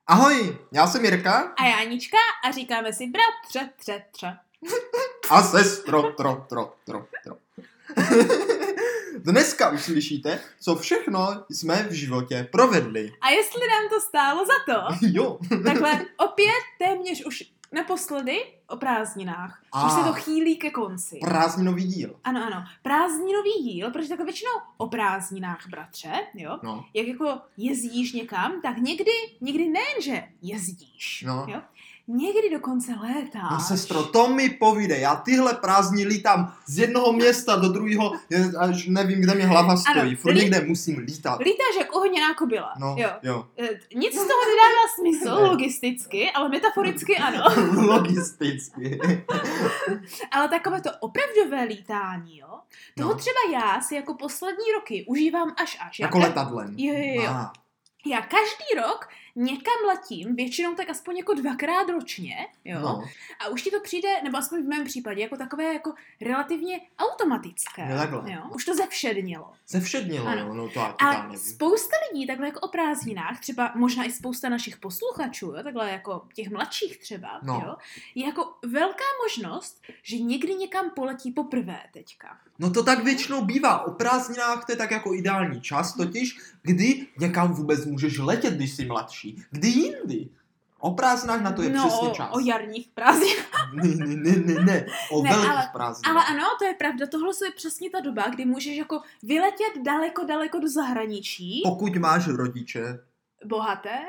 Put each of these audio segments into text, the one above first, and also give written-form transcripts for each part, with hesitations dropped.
Ahoj, já jsem Jirka. A já Anička a říkáme si bratře, tře. A sestro, tro. Dneska uslyšíte, co všechno jsme v životě provedli. A jestli nám to stálo za to, Jo. takhle opět téměř už naposledy o prázdninách. Už se to chýlí ke konci. Prázdninový díl. Ano, prázdninový díl, protože takhle většinou o prázdninách, bratře, jo, No. jak jako jezdíš někam, tak někdy nejenže jezdíš, No. jo, někdy dokonce létáš. No sestro, to mi povídej, já tyhle prázdniny lítám z jednoho města do druhého, až nevím, kde mi hlava stojí, furt někde musím lítat. Lítáš jak ohoněná kobila, No, jo. Nic z toho nedává smysl logisticky, ale metaforicky ano. Logisticky. Ale takové to opravdové lítání, jo, toho třeba já si jako poslední roky užívám až. Jako letadlem. Jo. Já každý rok někam letím, většinou tak aspoň jako 2krát ročně, jo. No. A už ti to přijde, nebo aspoň v mém případě, jako takové jako relativně automatické. Jo, takhle. Jo. Už to zevšednilo. Zevšednilo, Ano. no to já A nevím. spousta lidí takhle jako o prázdninách, třeba možná i spousta našich posluchačů, jo, takhle jako těch mladších třeba, jo, je jako velká možnost, že někdy někam poletí poprvé teďka. No to tak většinou bývá. O prázdninách to je tak jako ideální čas, totiž, kdy někam vůbec můžeš letět, když jsi mladší. Kdy jindy? O prázdninách na to je přesně čas. O jarních prázdninách. Ne. O velkých prázdninách. Ale ano, to je pravda. Tohle je přesně ta doba, kdy můžeš jako vyletět daleko do zahraničí. Pokud máš rodiče. Bohaté.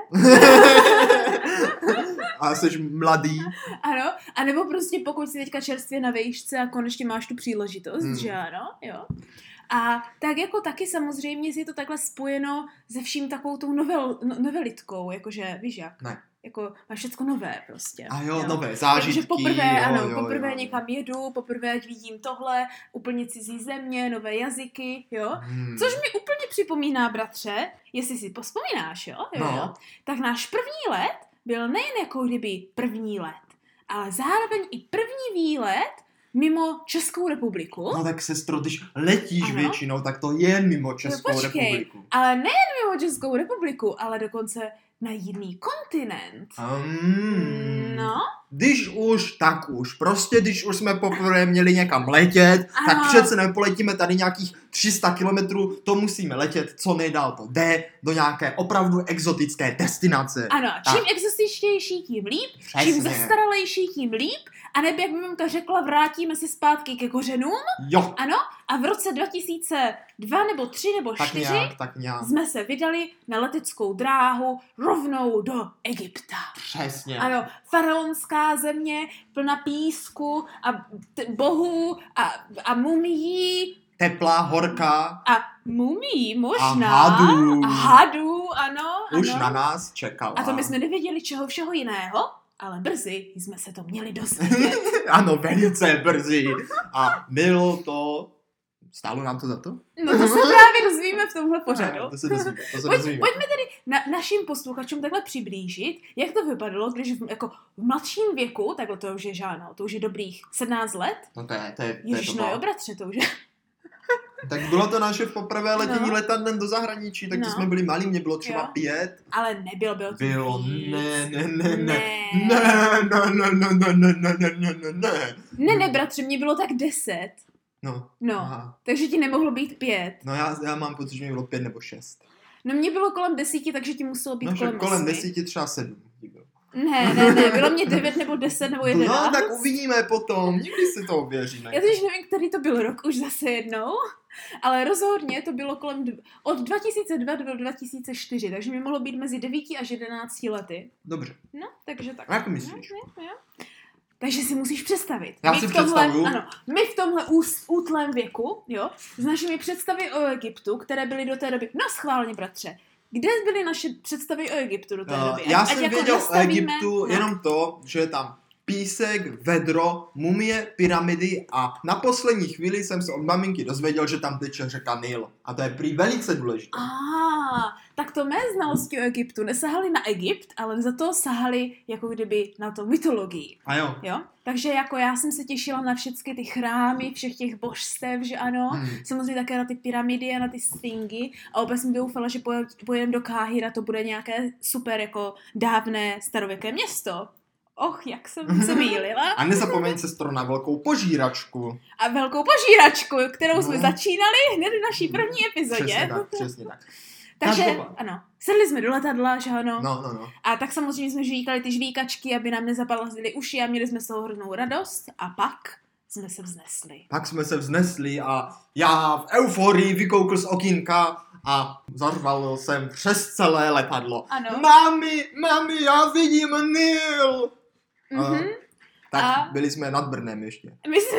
A jsi mladý. Ano, anebo prostě pokud jsi teďka čerstvě na vejšce a konečně máš tu příležitost, že ano, jo. A tak jako taky samozřejmě je to takhle spojeno se vším takovou tou novelitkou, jakože, víš jak? Ne. Jako máš všecko nové prostě. A jo, nové zážitky. Takže poprvé, jo. někam jedu, poprvé vidím tohle, úplně cizí země, nové jazyky, jo. Což mi úplně připomíná, bratře, jestli si povzpomínáš, jo, tak náš první let byl nejen jako kdyby první let, ale zároveň i první výlet mimo Českou republiku. No tak sestro, když letíš většinou, tak to je mimo Českou republiku. Ale nejen mimo Českou republiku, ale dokonce na jiný kontinent. No. Když už, tak už. Prostě když už jsme poprvé měli někam letět, tak přece nepoletíme tady nějakých 300 kilometrů, to musíme letět, co nejdál to jde, do nějaké opravdu exotické destinace. Ano, čím exotičtější, tím líp, čím zastaralejší, tím líp, a nebo jak by mamka řekla, vrátíme se zpátky ke kořenům. Jo. Ano, a v roce 2002 nebo 3 nebo 4 tak nějak. jsme se vydali na leteckou dráhu rovnou do Egypta. Přesně. Ano, faraonská země, plná písku a bohů a mumií. Teplá, horká. A mumií možná. A hadů, ano. Už na nás čekala. A to my jsme nevěděli čeho všeho jiného, ale brzy jsme se to měli dozvědět. Ano, velice brzy. A bylo to... Stálo nám to za to? No to se právě dozvíme v tomhle pořadu. To se dozvíme. Pojďme tedy našim posluchačům takhle přiblížit, jak to vypadalo, když jako v mladším věku, takhle to už je žáno, to už je dobrých 17 let. No to je Ježiš, no jo, bratře, to už je. Tak bylo to naše poprvé letění letadlem do zahraničí, tak to jsme byli malí, mě bylo třeba 5. Ale nebylo, bylo Ne, bratře, mě bylo tak 10. No, takže ti nemohlo být 5. No já mám pocit, že mě bylo 5 nebo 6. No mě bylo kolem 10, takže ti muselo být kolem 8. kolem 10 třeba 7. Ne, bylo mě 9 nebo 10 nebo 11. No, tak uvidíme potom, nikdy si to ověříme. Já teď nevím, který to byl rok už zase jednou, ale rozhodně to bylo od 2002 do 2004, takže mi mohlo být mezi 9 až 11 lety. Dobře. No, takže tak. A jak myslíš? No. Takže si musíš představit. Já si představuju. Ano, my v tomhle útlém věku, jo, s našimi představy o Egyptu, které byly do té doby, schválně, bratře, kde byly naše představy o Egyptu do té doby? Já jsem věděl o Egyptu jenom to, že je tam písek, vedro, mumie, pyramidy a na poslední chvíli jsem se od maminky dozvěděl, že tam teče řeka Nil. A to je prý velice důležité. Tak to mé znalosti o Egyptu nesahali na Egypt, ale za to sahali jako kdyby na to mytologii. A jo. Takže jako já jsem se těšila na všechny ty chrámy, všech těch božstev, že ano. Samozřejmě také na ty pyramidy a na ty sfingy. A opět jsem doufala, že pojedeme do Káhira, to bude nějaké super jako dávné starověké město. Jak jsem se mýlila. A nezapomeň, sestro, na velkou požíračku. A velkou požíračku, kterou jsme začínali hned v naší první epizodě. Přesně tak. Takže, ano, sedli jsme do letadla, že ano. No. A tak samozřejmě jsme žvíkali ty žvíkačky, aby nám nezapalazily uši a měli jsme z toho hroznou radost. A pak jsme se vznesli. A já v euforii vykoukl z okýnka a zařval jsem přes celé letadlo. Ano. Mami, já vidím Nil! Tak a byli jsme nad Brnem ještě.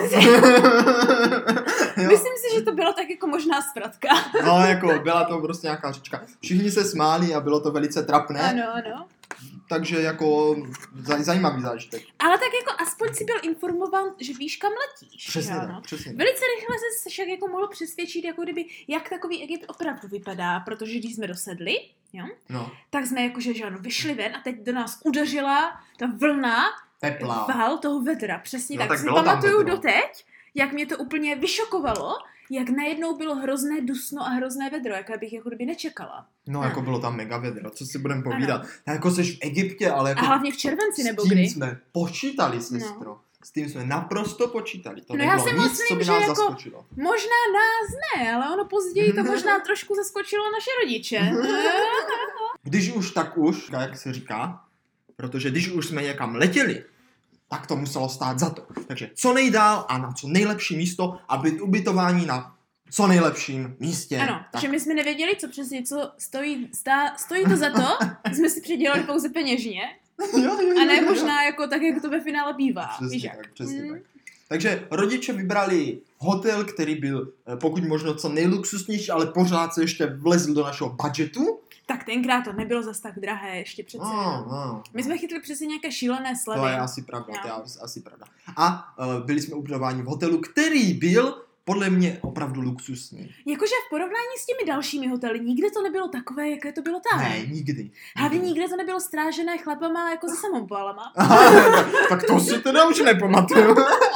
Myslím si, že to bylo tak jako možná zpratka. No, jako byla to prostě nějaká řečka. Všichni se smáli a bylo to velice trapné. Ano. Takže jako zajímavý zážitek. Ale tak jako aspoň si byl informován, že víš, kam letíš. Přesně tak. Velice rychle se však jako mohl přesvědčit, jako kdyby, jak takový Egypt opravdu vypadá, protože když jsme dosedli, jo, tak jsme jakože, že ano, vyšli ven a teď do nás udeřila ta vlna, tepla. Val toho vedra, přesně tak si pamatuju doteď, jak mě to úplně vyšokovalo, jak najednou bylo hrozné dusno a hrozné vedro, jaké bych jako kdyby nečekala. No, jako bylo tam mega vedro, co si budeme povídat. Jako seš v Egyptě, ale jako... A hlavně v červenci nebo kdy. S tím jsme počítali, sestro. No. S tím jsme naprosto počítali. To nebylo já si nic, myslím, co by že nás jako zaskočilo. Možná nás ne, ale ono později to možná trošku zaskočilo naše rodiče. Když už, tak už, jak se říká, protože když už jsme někam letěli, tak to muselo stát za to. Takže co nejdál a na co nejlepší místo a být ubytování na co nejlepším místě. Ano, takže my jsme nevěděli, co přesně, co stojí to za to, jsme si předělali pouze peněžně. A ne možná jako tak, jak to ve finále bývá. Přesně tak. Takže rodiče vybrali hotel, který byl pokud možno co nejluxusnější, ale pořád se ještě vlezl do našeho budgetu. Tak tenkrát to nebylo zas tak drahé ještě přece. My jsme chytli přesně nějaké šílené slevy. To je asi pravda, A byli jsme ubytováni v hotelu, který byl podle mě opravdu luxusní. Jakože v porovnání s těmi dalšími hotely, nikde to nebylo takové, jaké to bylo tam. Ne, nikdy. Hlavně nikde to nebylo strážené chlapama jako se samopálama. Tak to si teda už nepamatuju.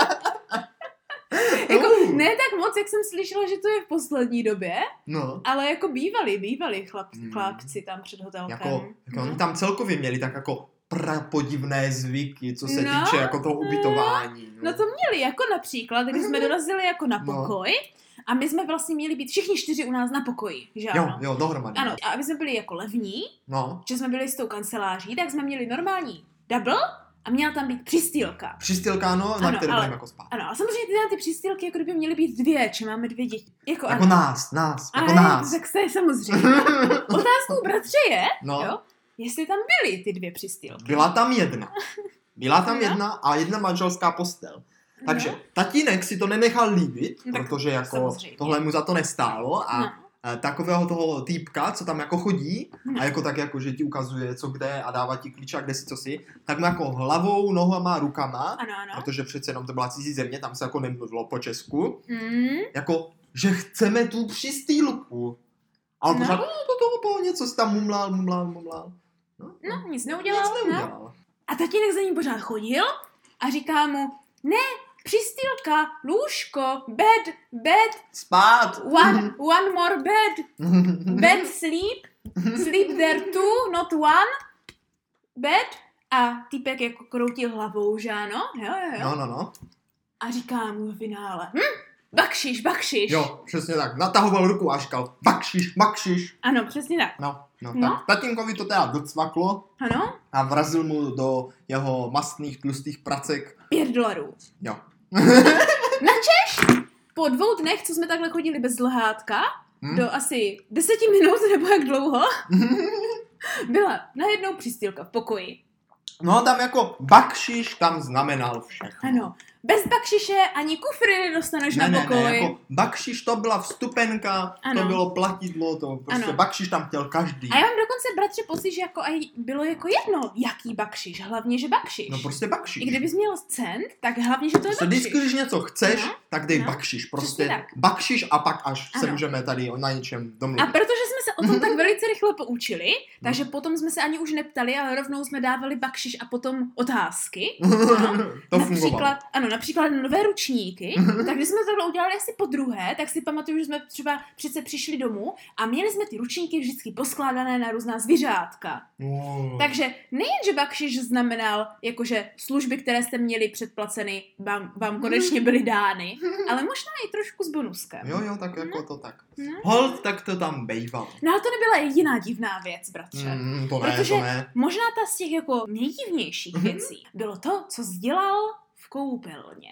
Jako, ne tak moc, jak jsem slyšela, že to je v poslední době, ale jako bývali chlapci tam před hotelkem. Jako oni tam celkově měli tak jako prapodivné zvyky, co se týče jako toho ubytování. No to měli, jako například, když jsme dorazili jako na pokoj a my jsme vlastně měli být všichni 4 u nás na pokoji, že ano? Jo, dohromady. Ano, a aby jsme byli jako levní, že jsme byli s tou kanceláří, tak jsme měli normální double a měla tam být přistýlka. Přistýlka, na které budeme jako spát. Ano, a samozřejmě ty přistýlky jako kdyby měly být 2, či máme 2 děti. Jako nás. Tak to je samozřejmě. Otázkou, bratře, je, jestli tam byly ty 2 přistýlky. Byla tam jedna a jedna manželská postel. Takže tatínek si to nenechal líbit, protože jako samozřejmě. Tohle mu za to nestálo a takového toho týpka, co tam jako chodí a jako tak jako, že ti ukazuje co kde a dává ti klíče a kde si co si, tak mu jako hlavou, nohama, rukama, protože přece jenom to byla cizí země, tam se jako nemluvilo po česku, jako, že chceme tu přistýlku. Ale pořád, něco si tam mumlal. No, nic neudělal. A tatínek za ním pořád chodil a říká mu, ne, přistýlka, lůžko, bed. Spát. One more bed. Bed, sleep there too, not one. Bed. A týpek jako kroutil hlavou, že ano? Jo. No. A říká mu v finále, bakšiš. Jo, přesně tak. Natahoval ruku a říkal, bakšiš. Ano, přesně tak. No. Tak tatínkovi to teda docvaklo. Ano. A vrazil mu do jeho mastných, tlustých pracek $5. Jo. Načež po 2 dnech, co jsme takhle chodili bez lhátka, do asi 10 minut, nebo jak dlouho, byla najednou přistýlka v pokoji. No tam jako bakšiš tam znamenal všechno. Ano. Bez bakšiše ani kufry nedostaneš na pokoj. Ne, jako bakšiš to byla vstupenka, ano. To bylo platidlo, to prostě ano. Bakšiš tam chtěl každý. A já mám dokonce, bratře, pocit, že jako aj bylo jako jedno, jaký bakšiš, hlavně, že bakšiš. No prostě bakšiš. I kdybys měl cent, tak hlavně, že to je bakšiš. Vždycky, když něco chceš, tak dej bakšiš. Prostě bakšiš a pak až se můžeme tady na něčem domluvit. A protože jsme se o tom tak velice rychle poučili, takže potom jsme se ani už neptali, ale rovnou jsme dávali bakšiš a potom otázky. To fungovalo. Například nové ručníky, tak když jsme to udělali asi po druhé, tak si pamatuju, že jsme třeba přece přišli domů a měli jsme ty ručníky vždycky poskládané na různá zvířátka. Takže nejen, že bakšiš znamenal, jakože služby, které jste měli předplaceny, vám konečně byly dány, ale možná i trošku s bonuskem. Jo, tak jako to tak. Hold, tak to tam bejvalo. No ale to nebyla jediná divná věc, bratře. To ne. Možná ta z těch jako nejdivnějších věcí bylo to, co dělal v koupelně.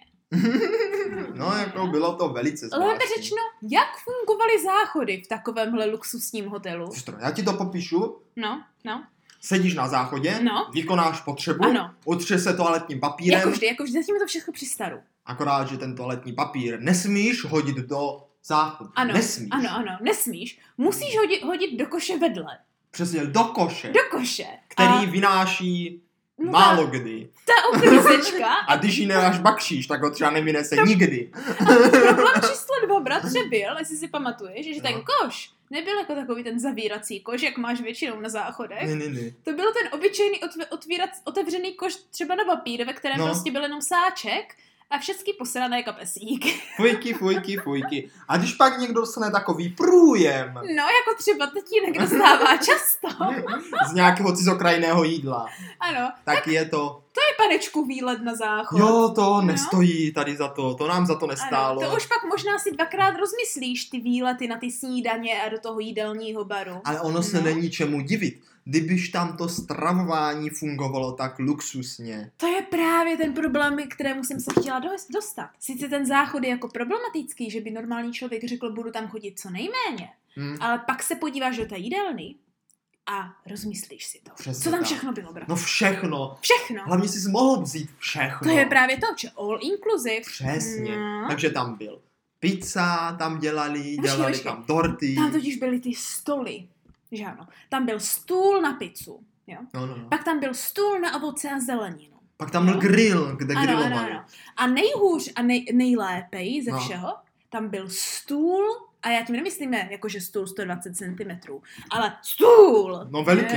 No, jako bylo to velice zvláštní. Lépe řečeno, jak fungovaly záchody v takovémhle luxusním hotelu? Já ti to popíšu. No. Sedíš na záchodě, vykonáš potřebu, utře se toaletním papírem. Jako vždy, zatím je to všechno při staru. Akorát, že ten toaletní papír nesmíš hodit do záchodu. Nesmíš. Ano, nesmíš. Musíš hodit do koše vedle. Přesně, do koše. Který vynáší málo kdy. Ta oklízečka. A když ji nemáš bakšiš, tak ho třeba nevynese nikdy. Problém číslo 2, bratře, byl, jestli si pamatuješ, že ten koš nebyl jako takový ten zavírací koš, jak máš většinou na záchodech. Ne. To byl ten obyčejný otevřený koš třeba na papír, ve kterém prostě byl jenom sáček a všechny posrané kapesíky. Fujky. A když pak někdo dostane takový průjem. No, jako třeba tatínek dostává často. Z nějakého cizokrajného jídla. Ano. Tak je to... To je, panečku, výlet na záchod. Jo, to nestojí tady za to nám za to nestálo. Ano, to už pak možná si dvakrát rozmyslíš ty výlety na ty snídaně a do toho jídelního baru. Ale ono se není čemu divit, kdybyž tam to stravování fungovalo tak luxusně. To je právě ten problém, kterému jsem se chtěla dostat. Sice ten záchod je jako problematický, že by normální člověk řekl, budu tam chodit co nejméně, ale pak se podíváš do té jídelny a rozmyslíš si to. Přesně co tam tak. Všechno bylo, brat? No všechno. Všechno. Hlavně jsi mohl vzít všechno. To je právě to, že all inclusive. Přesně. Takže tam byl pizza, tam dělali tam dorty. Tam totiž byly ty stoly, že ano. Tam byl stůl na pizzu, jo. No. Pak tam byl stůl na ovoce a zeleninu. Pak tam byl grill, kde grilovali. Ano. A nejhůř a nejlépej ze všeho, tam byl stůl. A já tím nemyslíme, jakože stůl 120 cm, ale stůl! No veliký.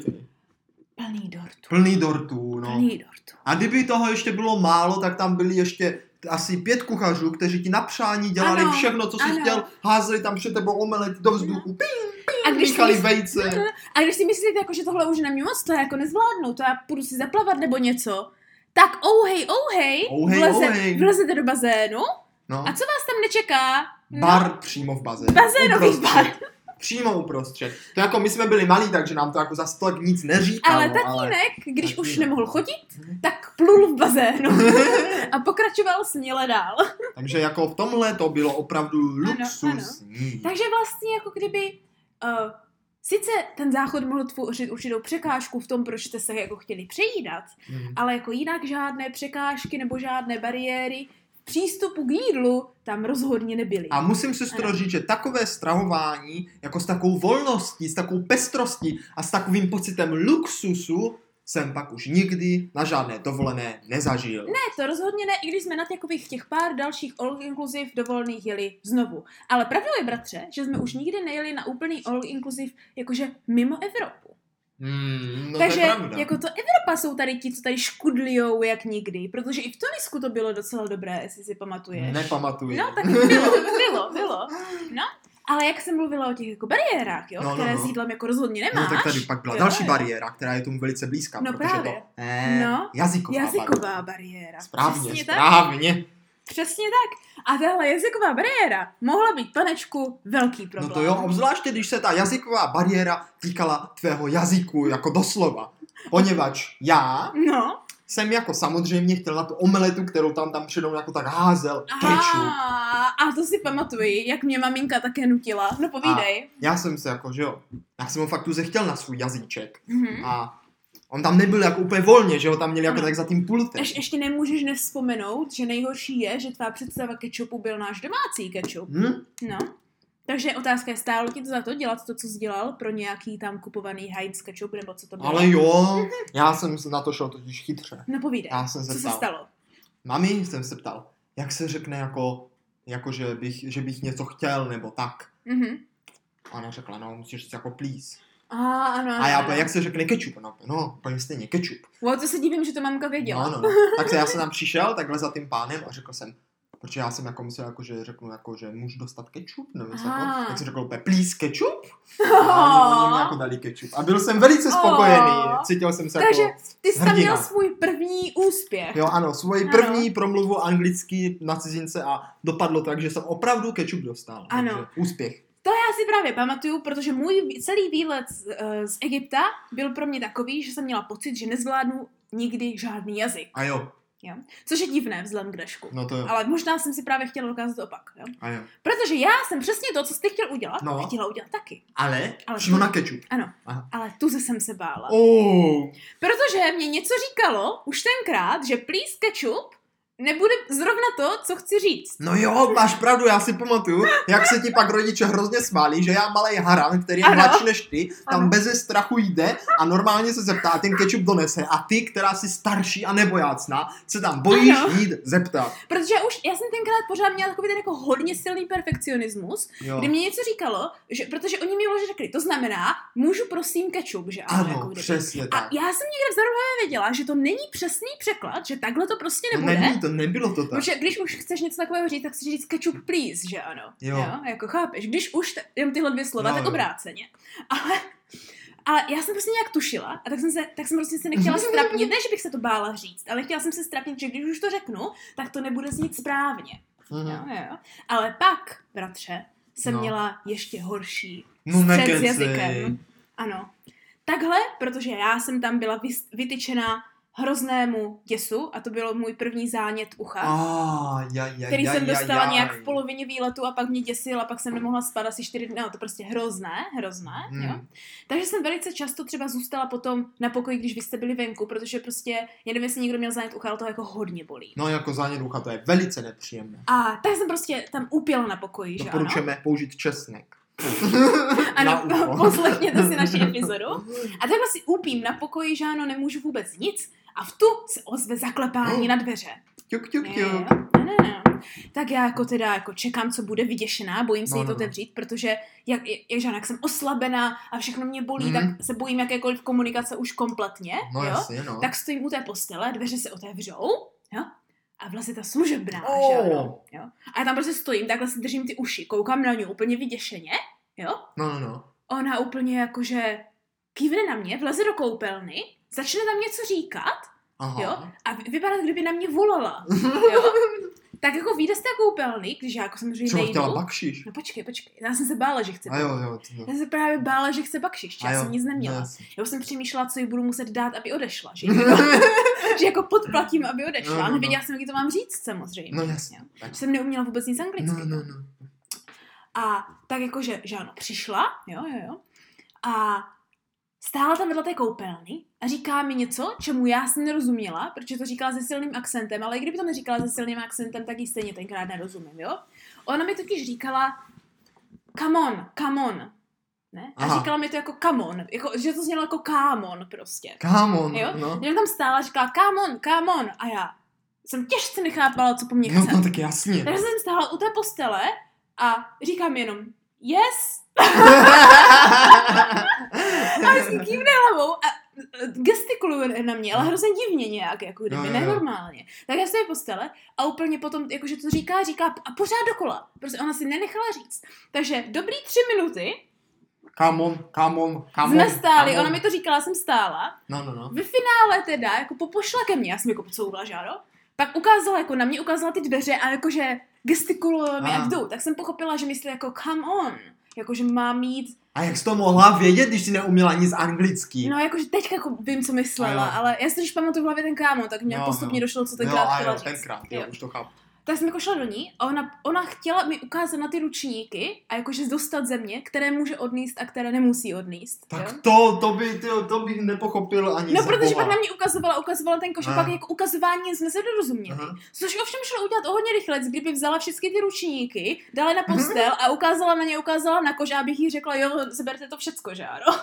Plný dortů, no. A kdyby toho ještě bylo málo, tak tam byli ještě asi 5 kuchařů, kteří ti na přání dělali všechno, co jsi chtěl, házeli tam před tebou omelety do vzduchu, píchali vejce. A když si myslíte, jako, že tohle už nemí moc, to já jako nezvládnu, to já půjdu si zaplavat nebo něco, tak vlezete do bazénu. No. A co vás tam nečeká? Bar přímo v bazénu. Bazénový bar. Přímo uprostřed. To jako my jsme byli malí, takže nám to jako za stolek nic neříkalo. Ale tatínek, když už nemohl chodit, tak plul v bazénu a pokračoval směle dál. Takže jako v tomhle to bylo opravdu luxusní. Ano. Takže vlastně jako kdyby... sice ten záchod mohl tvořit určitou překážku v tom, proč jste se jako chtěli přejídat, ale jako jinak žádné překážky nebo žádné bariéry přístupu k jídlu tam rozhodně nebyly. A musím si říct, že takové stravování, jako s takovou volností, s takovou pestrostí a s takovým pocitem luxusu jsem pak už nikdy na žádné dovolené nezažil. Ne, to rozhodně ne, i když jsme na takových těch pár dalších all-inclusive dovolených jeli znovu. Ale pravdou je, bratře, že jsme už nikdy nejeli na úplný all-inclusive jakože mimo Evropu. No takže to je pravda. Jako to Evropa jsou tady ti, co tady škudlijou jak nikdy, protože i v Tunisku to bylo docela dobré, jestli si pamatuješ. Nepamatuji. No, tak bylo. No, ale jak jsem mluvila o těch jako bariérách, jo, které s jídlem jako rozhodně nemáš. No tak tady pak byla další bariéra, která je tomu velice blízká, no, protože právě. to jazyková bariéra. Správně. Přesně tak. A tahle jazyková bariéra mohla být, panečku, velký problém. No to jo, obzvláště když se ta jazyková bariéra týkala tvého jazyku jako doslova. Poněvadž já jsem jako samozřejmě chtěl na tu omeletu, kterou tam předou jako tak házel, kečup. A to si pamatuji, jak mě maminka také nutila. No povídej. A já jsem se jako, že jo, já jsem ho fakt chtěl na svůj jazyček. A On tam nebyl jako úplně volně, že ho tam měli jako tak za tím pultem. Ještě nemůžeš nevzpomenout, že nejhorší je, že tvá představa kečupu byl náš domácí kečup. No. Takže otázka je, stálo ti to za to dělat to, co jsi dělal pro nějaký tam kupovaný Heinz kečup, nebo co to bylo? Ale jo, já jsem na to šel totiž chytře. No povídej, co se stalo? Mami jsem se ptal, jak se řekne jako že bych něco chtěl, nebo tak. A ona řekla, no musíš říct jako please. Ano. A já, jak se řekne kečup? No, úplně stejně, kečup. Wow, to se divím, že to mamka věděla. No. Tak já jsem tam přišel takhle za tím pánem a řekl jsem, protože já jsem jako myslel, že řeknu, že můžu dostat kečup, nevím, tak jsem řekl úplně, please kečup? A oni mi jako dali kečup. A byl jsem velice spokojený, cítil jsem se takže jako ty jsi tam měl svůj první úspěch. Jo, ano, svůj první promluvu anglicky na cizince a dopadlo tak, že jsem opravdu kečup dostal. Ano. Takže úspěch. To já si právě pamatuju, protože můj celý výlet z Egypta byl pro mě takový, že jsem měla pocit, že nezvládnu nikdy žádný jazyk. A jo. Což je divné vzhledem k Dašku. No to jo. Ale možná jsem si právě chtěla dokázat opak. Jo? A jo. Protože já jsem přesně to, co jsi chtěl udělat, chtěla udělat taky. Ale přímo na kečup. Ano. Aha. Ale tuze jsem se bála. Protože mě něco říkalo už tenkrát, že please kečup nebude zrovna to, co chci říct. No jo, máš pravdu, já si pamatuju, jak se ti pak rodiče hrozně smálí, že já malej haran, který je mladší než ty, tam beze strachu jde a normálně se zeptá a ten kečup donese a ty, která jsi starší a nebojácná, se tam bojíš jít zeptat. Protože já jsem tenkrát pořád měla takový ten jako hodně silný perfekcionismus, kdy mě něco říkalo, že, protože oni mi vložili řekli, to znamená, můžu prosím kečup, že ano, jako přesně tak. A já jsem někde v Zarově věděla, že to není přesný překlad, že takhle to prostě nebude. To nebylo to tak. Protože když už chceš něco takového říct, tak chceš říct ketchup please, že ano. Jo, jako chápeš. Když už jen tyhle dvě slova, tak obráceně. Ale já jsem prostě nějak tušila a tak jsem prostě se nechtěla strapnit. Ne, že bych se to bála říct, ale chtěla jsem se strapnit, že když už to řeknu, tak to nebude znít správně. Jo. Ale pak, bratře, jsem měla ještě horší střed s jazykem. Ano. Takhle, protože já jsem tam byla vytyčena hroznému děsu a to bylo můj první zánět ucha, který jsem dostala nějak v polovině výletu a pak mě děsil a pak jsem nemohla spát asi 4 dny, to prostě hrozné, jo. Takže jsem velice často třeba zůstala potom na pokoji, když vy jste byli venku, protože prostě, já nevím, jestli někdo měl zánět ucha, ale to jako hodně bolí. No jako zánět ucha, to je velice nepříjemné. A tak jsem prostě tam upěla na pokoji, že ano. Doporučujeme použít česnek. Ano, poslechněte si naši epizodu. A takhle si úpím na pokoji, že ano, nemůžu vůbec nic. A v tu se ozve zaklepání na dveře. Ťuk. Ne. Tak já jako čekám, co bude, vyděšená, bojím se jí to otevřít, protože jak jsem oslabená a všechno mě bolí, tak se bojím jakékoliv komunikace už kompletně. Jasně, Tak stojím u té postele, dveře se otevřou, jo? A vlastně ta služebná, že jo? A já tam prostě stojím, takhle si držím ty uši, koukám na ní úplně vyděšeně, jo? No. Ona úplně jakože kývne na mě, vleze do koupelny, začne tam něco říkat, jo? A vypadá, kdyby na mě volala, jo? Tak jako vyjde z té koupelny, když já jako samozřejmě nejdu. Chtěla bakšiš. No počkej. Já jsem se bála, že chce bakšiš. Jo. Já jsem právě bála, že chce bakšiš, já jsem nic neměla. Já jsem přemýšlela, co jí budu muset dát, aby odešla. Že jako podplatím, aby odešla. No. Nevěděla jsem, jak to mám říct samozřejmě. No jasně. Že jsem neuměla vůbec nic anglicky. No. A tak jako, že ano, přišla, jo. A stála tam vedle té koupelny a říká mi něco, čemu já jsem nerozuměla, protože to říkala se silným akcentem, ale i kdyby to neříkala se silným akcentem, tak jí stejně tenkrát nerozumím, jo? Ona mi totiž říkala come on, ne? A říkala mi to jako come on, jako, že to znělo jako come on prostě. Come on, jo? no. Když tam stála, říkala come on a já jsem těžce nechápala, co po mně chce. No tak jasně. Takže jsem stála u té postele a říkám jenom yes. A jsem kývne hlavou a gestikuluje na mě, ale hrozně divně nějak, jako kdyby, nenormálně. Tak já jsem v postele a úplně potom, jakože to říká a pořád dokola. Prostě ona si nenechala říct. Takže dobrý 3 minuty. Come on. Jsme stáli, ona mi to říkala, jsem stála. No. Ve finále teda, jako popošla ke mně, já jsem jako pocouvla, žádo. Pak ukázala, jako na mě ukázala ty dveře a jakože gestikuluje mi a jdu. Tak jsem pochopila, že myslí jako come on. Jakože mám jít. A jak jsi to mohla vědět, když jsi neuměla nic anglicky? No jakože teď jako vím, co myslela, ale já si když pamatuju v hlavě ten kámo, tak mě postupně došlo, co tenkrát chtěla říct. Tenkrát, jo, už to chápu. tak jsem jako šla do ní a ona chtěla mi ukázat na ty ručníky a jakože dostat země, které může odníst a které nemusí odníst. Tak to bych nepochopil ani No, za protože boha. pak na mě ukazovala ten koš a pak jako ukazování jsme se nedorozuměli. Což ovšem šlo udělat o hodně rychle, kdyby vzala všechny ty ručníky, dala na postel a ukázala na koš a abych jí řekla, jo, seberte to všecko, že ano.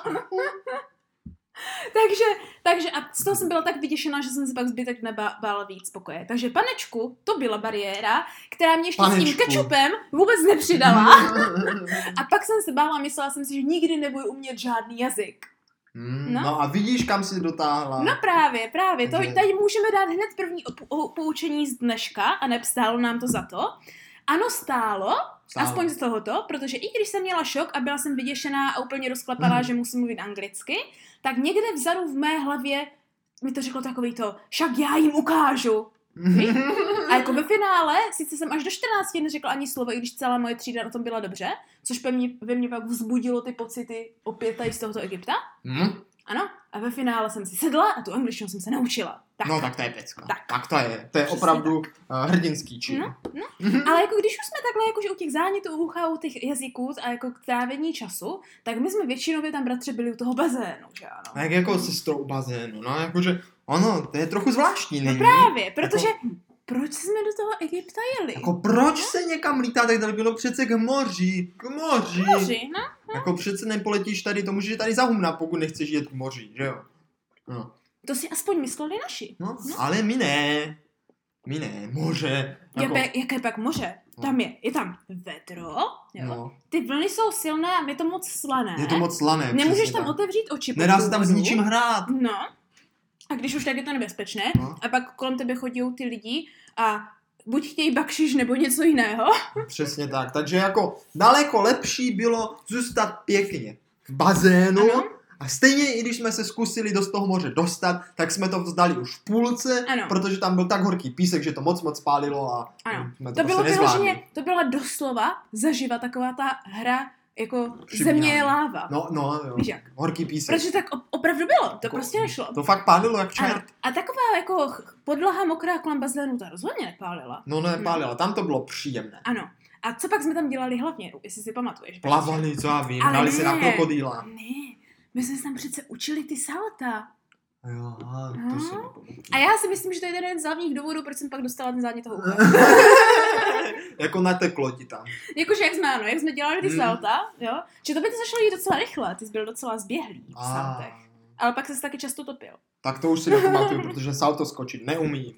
takže a z toho jsem byla tak vyděšená, že jsem se pak zbytek dne bála víc pokoje. Takže panečku, to byla bariéra, která mě ještě s tím kečupem vůbec nepřidala. A pak jsem se bála a myslela jsem si, že nikdy nebudu umět žádný jazyk. No a vidíš, kam jsi dotáhla. No právě. To, tady můžeme dát hned první poučení z dneška a nepstálo nám to za to. Ano, stálo. Aspoň z tohoto, protože i když jsem měla šok a byla jsem vyděšená a úplně rozklapaná, že musím mluvit anglicky, tak někde vzadu v mé hlavě mi to řeklo takový to, však já jim ukážu. A jako ve finále, sice jsem až do 14 neřekla ani slovo, i když celá moje třída o tom byla dobře, což ve mně pak vzbudilo ty pocity opět tady z tohoto Egypta. Ano, a ve finále jsem si sedla a tu angličtinu jsem se naučila. Tak. No tak to je pecka. Tak to je opravdu hrdinský čin. No. Ale jako když už jsme takhle jakože u těch zánětů ucha, u těch jazyků a jako k trávení času, tak my jsme většinově tam bratře byli u toho bazénu, že ano. A jak jako sestro u bazénu, no jakože ono, to je trochu zvláštní, není? No právě, protože proč jsme do toho Egypta jeli? Jako proč se někam lítá tak daleko? No přece k moři. No. Jako přece nepoletíš tady, to můžeš tady zahumnat, pokud nechceš jet k moři, že jo? No. To si aspoň mysleli naši. No, ale my ne, moře. Jako... Jaké pak moře? Tam je tam vedro, jo? No. Ty vlny jsou silné a je to moc slané. Nemůžeš tam otevřít oči. Nedá se tam s ničím hrát. No. A když už tak je to nebezpečné, a pak kolem tebe chodí ty lidi a buď chtějí bakšiš nebo něco jiného. Přesně tak. Takže jako daleko lepší bylo zůstat pěkně v bazénu. Ano. A stejně, i když jsme se zkusili do toho moře dostat, tak jsme to vzdali už v půlce, protože tam byl tak horký písek, že to moc pálilo a jsme to bylo vyloženě, to byla doslova zaživa taková ta hra, jako země je láva. No, jo. Víš jak? Horký písek. Protože tak opravdu bylo, to jako, prostě nešlo. To fakt pálilo jak čert. A taková jako podlaha mokrá kolem bazénu, ta rozhodně nepálila. No nepálila, tam to bylo příjemné. Ano. A co pak jsme tam dělali hlavně, jestli si pamatuješ? Plavali, co já vím, dali se na krokodýla. Ne, my jsme se tam přece učili ty salta. Jo, to si nepamatuju. A já si myslím, že to je jeden z hlavních důvodů, proč jsem pak dostala ten zánět toho ucha. Jako nateklo ti tam. Jakože jak jsme dělali ty salta, jo, že to by to zašlo jít docela rychle, ty jsi byl docela zběhlý v saltech. Ale pak se taky často topil. Tak to už si nepamatuju, protože salto skočit neumím.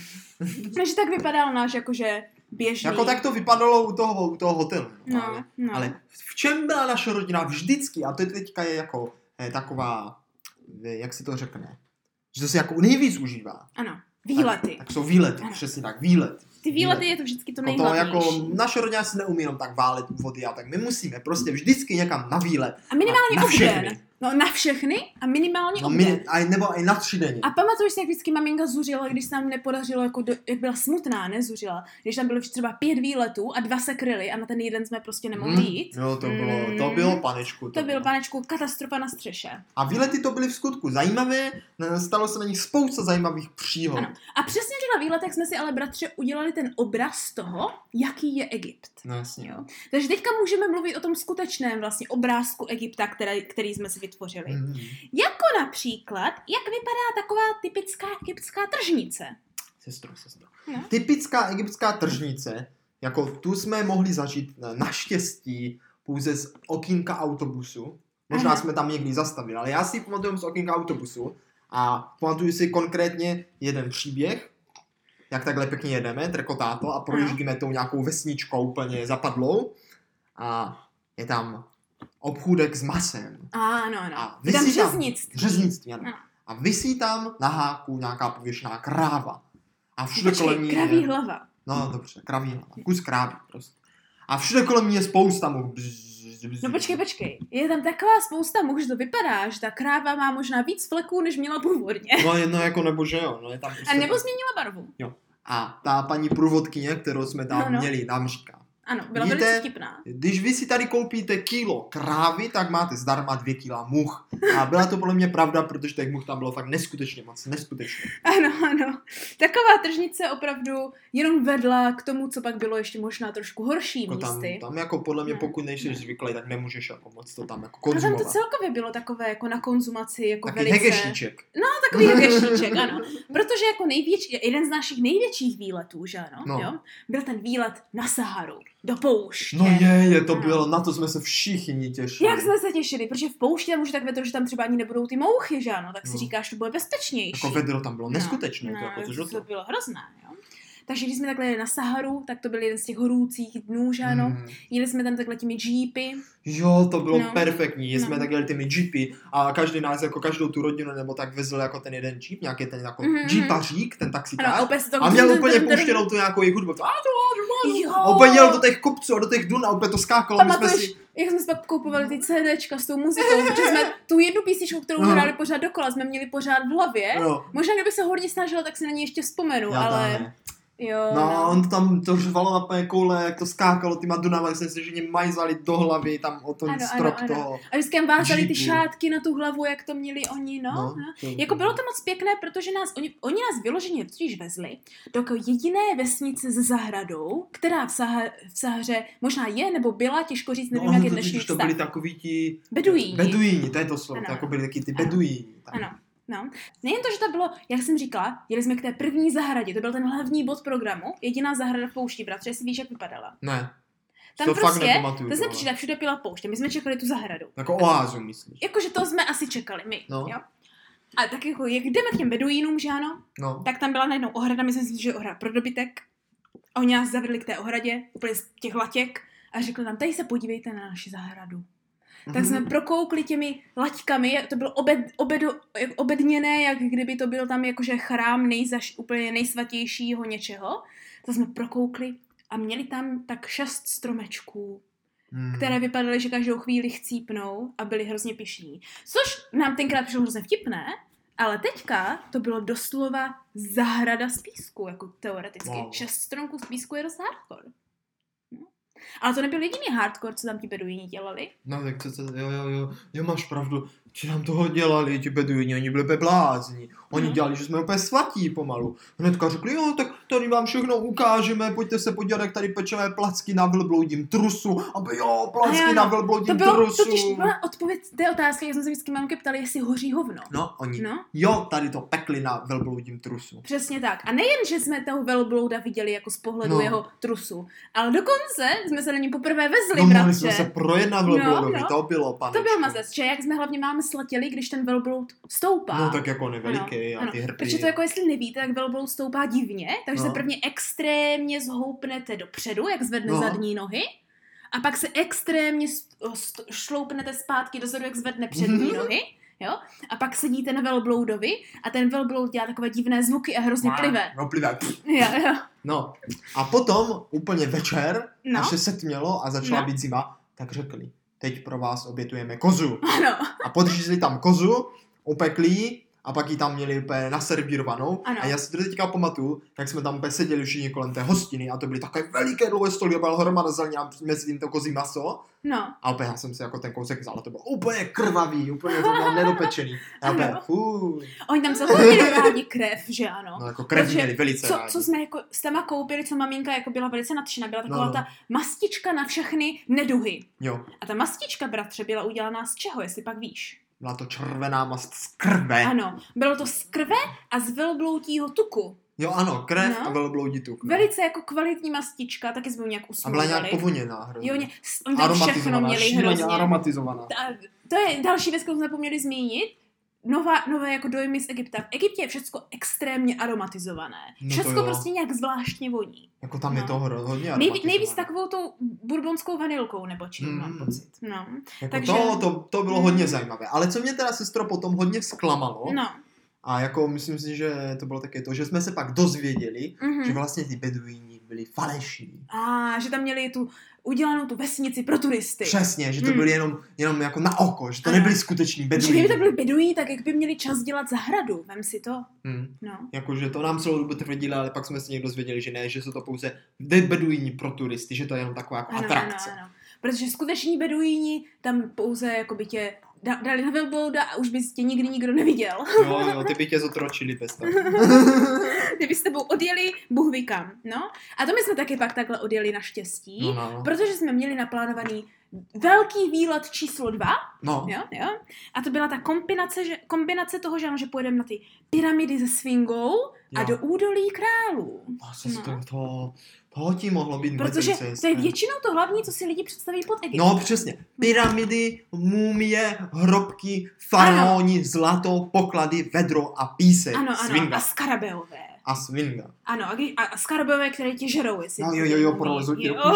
Takže tak vypadal náš jakože běžný. Jako tak to vypadalo u toho hotelu. No. Ale v čem byla naše rodina vždycky, a to teďka je jako taková, jak se to řekne, že to si jako nejvíc užívá. Ano, výlety. Tak jsou výlety, přesně tak, výlety. Ty výlety je to vždycky to nejhlavnější. To jako naše rodina si neumí jenom tak válet u vody a tak my musíme prostě vždycky někam na výlet. A minimálně obden. No na všechny a minimálně obden. Nebo i na 3 denně. A pamatuješ si, jak vždycky maminka zuřila, když se nám nepodařilo, jako jak byla smutná, nezuřila. Když tam bylo třeba 5 výletů a 2 se kryly a na ten jeden jsme prostě nemohli jít. Jo, to bylo panečku. To bylo panečku, katastrofa na střeše. A výlety to byly v skutku zajímavé, stalo se na nich spousta zajímavých příhod. Ano. A přesně že na výletech jsme si ale bratře udělali ten obraz toho, jaký je Egypt. No jasně. Jo? Takže teďka můžeme mluvit o tom skutečném vlastně obrázku Egypta, který jsme si vytvořili. Jako například, jak vypadá taková typická egyptská tržnice. Sestro. No. Typická egyptská tržnice, jako tu jsme mohli zažít naštěstí pouze z okýnka autobusu. Možná jsme tam někdy zastavili, ale já si pamatuju z okýnka autobusu a pamatuju si konkrétně jeden příběh, jak takhle pěkně jedeme, trkotáto, a projíždíme tou nějakou vesničkou úplně zapadlou a je tam obchůdek s masem. Ano. A tam řeznictví, ano. A visí tam na háku nějaká pověšená kráva. A všude kolem ní kraví hlava. No dobře, kraví hlava. Kus krávy prostě. A všude kolem ní je spousta much. No počkej. Je tam taková spousta much, že to vypadá, že ta kráva má možná víc fleků, než měla původně. No jako nebo že jo. No, je tam prostě a nebo změnila barvu. Jo. A ta paní průvodkyně, kterou jsme tam měli, nám říká: Ano, byla velice vtipná. Když vy si tady koupíte kilo krávy, tak máte zdarma 2 kila much. A byla to podle mě pravda, protože těch much tam bylo fakt neskutečně moc, neskutečně. Ano. Taková tržnice opravdu jenom vedla k tomu, co pak bylo ještě možná trošku horší jako místy. Tam jako podle mě, pokud nejsi zvyklý, tak nemůžeš jako moc to tam jako konzumovat. Tam to celkově bylo takové jako na konzumaci, jako taky velice... hegešíček. No, takový hegešíček, ano. Protože jako jeden z našich největších výletů, že ano, jo, byl ten výlet na Saharu, do pouště. No to bylo, na to jsme se všichni těšili. Jak jsme se těšili, protože v poušti tam už tak vedro, že tam třeba ani nebudou ty mouchy, že ano, tak si říkáš, to bude bezpečnější. Jako vedro tam bylo neskutečné. To bylo hrozné, jo. Takže když jsme takhle jeli na Saharu, tak to byl jeden z těch horůcích dnů, že ano. Jeli jsme tam takhle těmi jeepy. Jo, to bylo perfektní. Jsme tak jeli těmi jeepy a každý nás, jako každou tu rodinu nebo tak vezl jako ten jeden jeep, nějaký ten jako jeepařík, ten taxikář. A měl úplně pouštěnou tu nějakou jejich hudbu. A úplně jel do těch kopců a do těch dun a úplně to skákalo. Pamatuješ, jak jsme si pak koupovali ty CDčka s tou muzikou, protože jsme tu jednu písničku, kterou hráli pořád dokola, jsme měli pořád v hlavě. Možná kdyby se hodně snažila, tak si na ní ještě vzpomenu, ale... Jo, no. On tam to řvalo na plné koule, jak to skákalo těma dunama, myslím si, že mě majzali do hlavy tam o ten strop toho. A vždycky jim vázali ty šátky na tu hlavu, jak to měli oni, no. Jako bylo to moc pěkné, protože oni nás vyloženě totiž vezli do jediné vesnice s zahradou, která v Sahaře možná je, nebo byla, těžko říct, nevím, jak je dnešní stav. To byli takový ti... Beduíni, to je to slovo, to jako byli taky ty beduíni. Ano. No. Nejen to, že to bylo, jak jsem říkala, jeli jsme k té první zahradě, to byl ten hlavní bod programu, jediná zahrada v poušti, bratře, jestli víš, jak vypadala. Ne. Tam to prostě, to jsme přišli, všude byla pouště, my jsme čekali tu zahradu. Jako oázu, myslíš? Jakože to jsme asi čekali, my, jo. A tak jako, jak jdeme k těm beduínům, že ano, tak tam byla najednou ohrada, my jsme si, že ohrada pro dobytek. A oni nás zavedli k té ohradě, úplně z těch latěk a řekli nám, tady se podívejte na naši zahradu. Tak jsme prokoukli těmi laťkami, to bylo obedněné, jak kdyby to byl tam jakože chrám úplně nejsvatějšího něčeho. To jsme prokoukli a měli tam tak 6 stromečků, které vypadaly, že každou chvíli chcípnou a byly hrozně pyšní. Což nám tenkrát přišlo hrozně vtipné, ale teďka to bylo doslova zahrada z písku, jako teoreticky. Wow. 6 stromků z písku je dost hardcore. Ale to nebyl jediný hardcore, co tam ti beduíni dělali. No, tak jo, máš pravdu. Ti nám toho dělali, ti beduíni, oni byli blázni. Oni dělali, že jsme úplně svatí pomalu. Hnedka řekli, jo, tak tady vám všechno ukážeme, pojďte se podívat, jak tady pečeme placky na velbloudím trusu. Aby jo, placky na velbloudím trusu. To totiž byla odpověď té otázky, jak jsme se vždycky mamky ptali, jestli hoří hovno. No, oni. Jo, tady to pekli na velbloudím trusu. Přesně tak. A nejen, že jsme toho velblouda viděli jako z pohledu jeho trusu, ale dokonce jsme se na ní poprvé vezli, bratře. Mohli jsme se projet na velbloudovi, to bylo, panečko. To byl mazec, že jak jsme hlavně máme sletěli, když ten velbloud stoupá. No tak jako neveliký a ty hrby. Protože to jako jestli nevíte, tak velbloud stoupá divně, takže se prvně extrémně zhoupnete dopředu, jak zvedne zadní nohy, a pak se extrémně šloupnete zpátky dozadu, jak zvedne přední nohy, jo? A pak sedíte na velbloudovi a ten velbloud dělá takové divné zvuky a hrozně plive. No, plive. Jo. No, a potom úplně večer, až se setmělo a začala být zima, tak řekli, teď pro vás obětujeme kozu. Ano. A podřízli tam kozu, upekli ji a pak ji tam měli úplně naservírovanou. Ano. A já si to teďka pamatuju, jak jsme tam úplně seděli všichni kolem té hostiny a to byly takové veliké dlouhé stoly a byla hromada zelenina mezi tím to kozí maso. No. A opět já jsem si jako ten kousek vzal a to bylo úplně krvavý, úplně to bylo nedopečený. A opět, Oni tam celkově měli rádi krev, že ano. No jako krev měli velice rádi. Co jsme jako s těma koupili, co maminka jako byla velice nadšená, byla taková ta mastička na všechny neduhy. Jo. A ta mastička, bratře, byla udělaná z čeho, jestli pak víš? Byla to červená mast z krve. Ano, bylo to z krve a z velbloutího tuku. Jo, ano, krev a velbloudí tuk. Velice jako kvalitní mastička, taky jsme nějak usmluvali. A byla nějak povoněná hrozně. Jo, oni tam všechno měli hrozně. Aromatizovaná. To je další věc, kterou jsme zapomněli zmínit. Nové jako dojmy z Egypta. V Egyptě je všechno extrémně aromatizované. Všechno prostě nějak zvláštně voní. Jako tam je to hodně aromatizované. Nejvíc takovou tou bourbonskou vanilkou, nebo čím mám pocit. No. Jako takže... to bylo hodně zajímavé. Ale co mě teda, sestro, potom hodně zklamalo, A jako myslím si, že to bylo také to, že jsme se pak dozvěděli, že vlastně ty beduíni byli falešní. A že tam měli udělanou tu vesnici pro turisty. Přesně, že to byly jenom jako na oko, že to nebyli skuteční beduíni. Kdyby to byli beduíni, tak jak by měli čas dělat zahradu, vem si to. No. Jakože to nám celou dobu tvrdili, ale pak jsme se někdo dozvěděli, že ne, že jsou to pouze beduíni pro turisty, že to je jenom taková jako atrakce. Ano. Protože skuteční beduíni tam pouze jako by tě dali na velblouda a už bys tě nikdy nikdo neviděl. Jo, ty by tě zotročili bez toho. Ty by s tebou odjeli Bůh ví kam, no. A to my jsme taky pak takhle odjeli naštěstí, protože jsme měli naplánovaný velký výlet číslo 2, jo. A to byla ta kombinace toho, že pojedeme na ty pyramidy se Sfingou a do údolí králů. Toho ti mohlo být protože to je většinou to hlavní, co si lidi představí pod Egyptem. No přesně. Pyramidy, mumie, hrobky, faraoni, zlato, poklady, vedro a písek. Ano, Sfinga. a skarabeové. A Sfinga. Ano, a skarabeové, které tě žerou, jestli... Jo, prolezu ti ruku.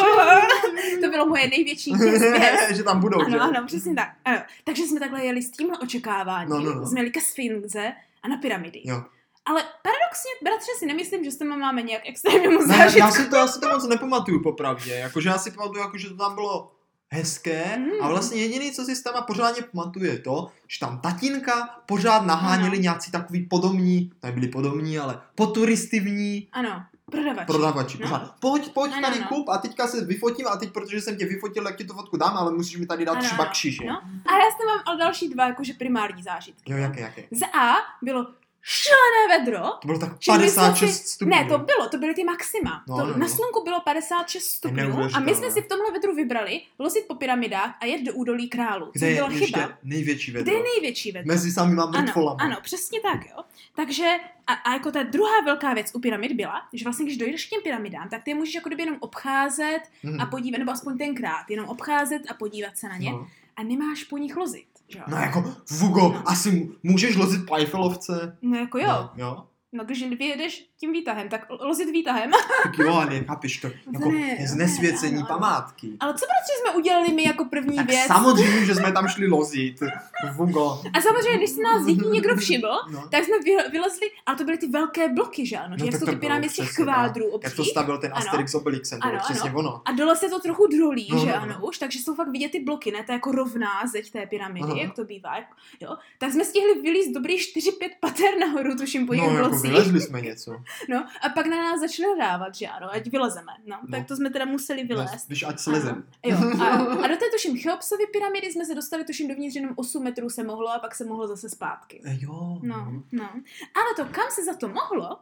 To bylo moje největší děsběs. Že tam budou, že? Ano, přesně tak. Ano. Takže jsme takhle jeli s tímhle očekáváním. Jsme jeli ke Sfinze a na pyramidy. Jo. Ale paradoxně, bratře, si nemyslím, že s tím máme nějak extrémně moc zážitku. Já si to moc nepamatuju popravdě. Jakože já si pamatuju, že to tam bylo hezké a vlastně jediný, co si s tam pořádně pamatuje, je to, že tam tatínka pořád naháněli nějací takový podobní, nebyli podobní, ale poturistivní. Ano. Prodavači. Pojď tady kup a teďka se vyfotím a teď, protože jsem tě vyfotil, tak ti tu fotku dám, ale musíš mi tady dát 3 bakšiše. No. A já jsem mám ale další 2 jakože primární zážitky. Jo, jaké? Za A bylo šílené vedro. To bylo tak 56 stupňů. Ne, to byly ty maxima. Na slunku bylo 56 stupňů a my jsme si v tomhle vedru vybrali lozit po pyramidách a jet do údolí králů. Kde je ještě největší vedro? Kde je největší vedro? Mezi samýma mrtvolama. Ano, přesně tak, jo. Takže a jako ta druhá velká věc u pyramid byla, že vlastně když dojdeš k těm pyramidám, tak ty můžeš jako kdyby jenom obcházet a podívat, nebo aspoň tenkrát, jenom obcházet a podívat se na ně a nemáš po nich lozit. Jo. No jako, Vugo, asi můžeš lozit po Eiffelovce? No jako jo. No když vyjedeš tím výtahem, tak lozit výtahem. Tak jo, ale chápeš to, jako je znesvěcení památky. Ale co prostě jsme udělali my jako první tak věc? samozřejmě, že jsme tam šli lozit, Vugo. A samozřejmě, když se nás dětí někdo všiml, tak jsme vylezli, ale to byly ty velké bloky, že ano? Že jak jsou ty pyramidy z těch kvádrů obří. Jak to stavil ten Asterix Obelixem, to bylo přesně ono. A dole se to trochu drolí, že ano už, takže jsou fakt vidět ty bloky, ne? To je jako rovná zeď té pyramidy, jak to bývá, jo? Tak jsme stihli vylízt dobrý 4-5 pater nahoru, tuším po jejich blocích. Vylezli jsme něco. No a pak na nás začali dávat, že ano, ať vylezeme. No, tak to jsme teda museli vylézt. Když ať slezem. Jo, a do té tuším Cheopsovy pyramidy jsme se dostali tuším dovnitř jenom 8 metrů se mohlo a pak se mohlo zase zpátky. Jo. No. Ale to, kam se za to mohlo,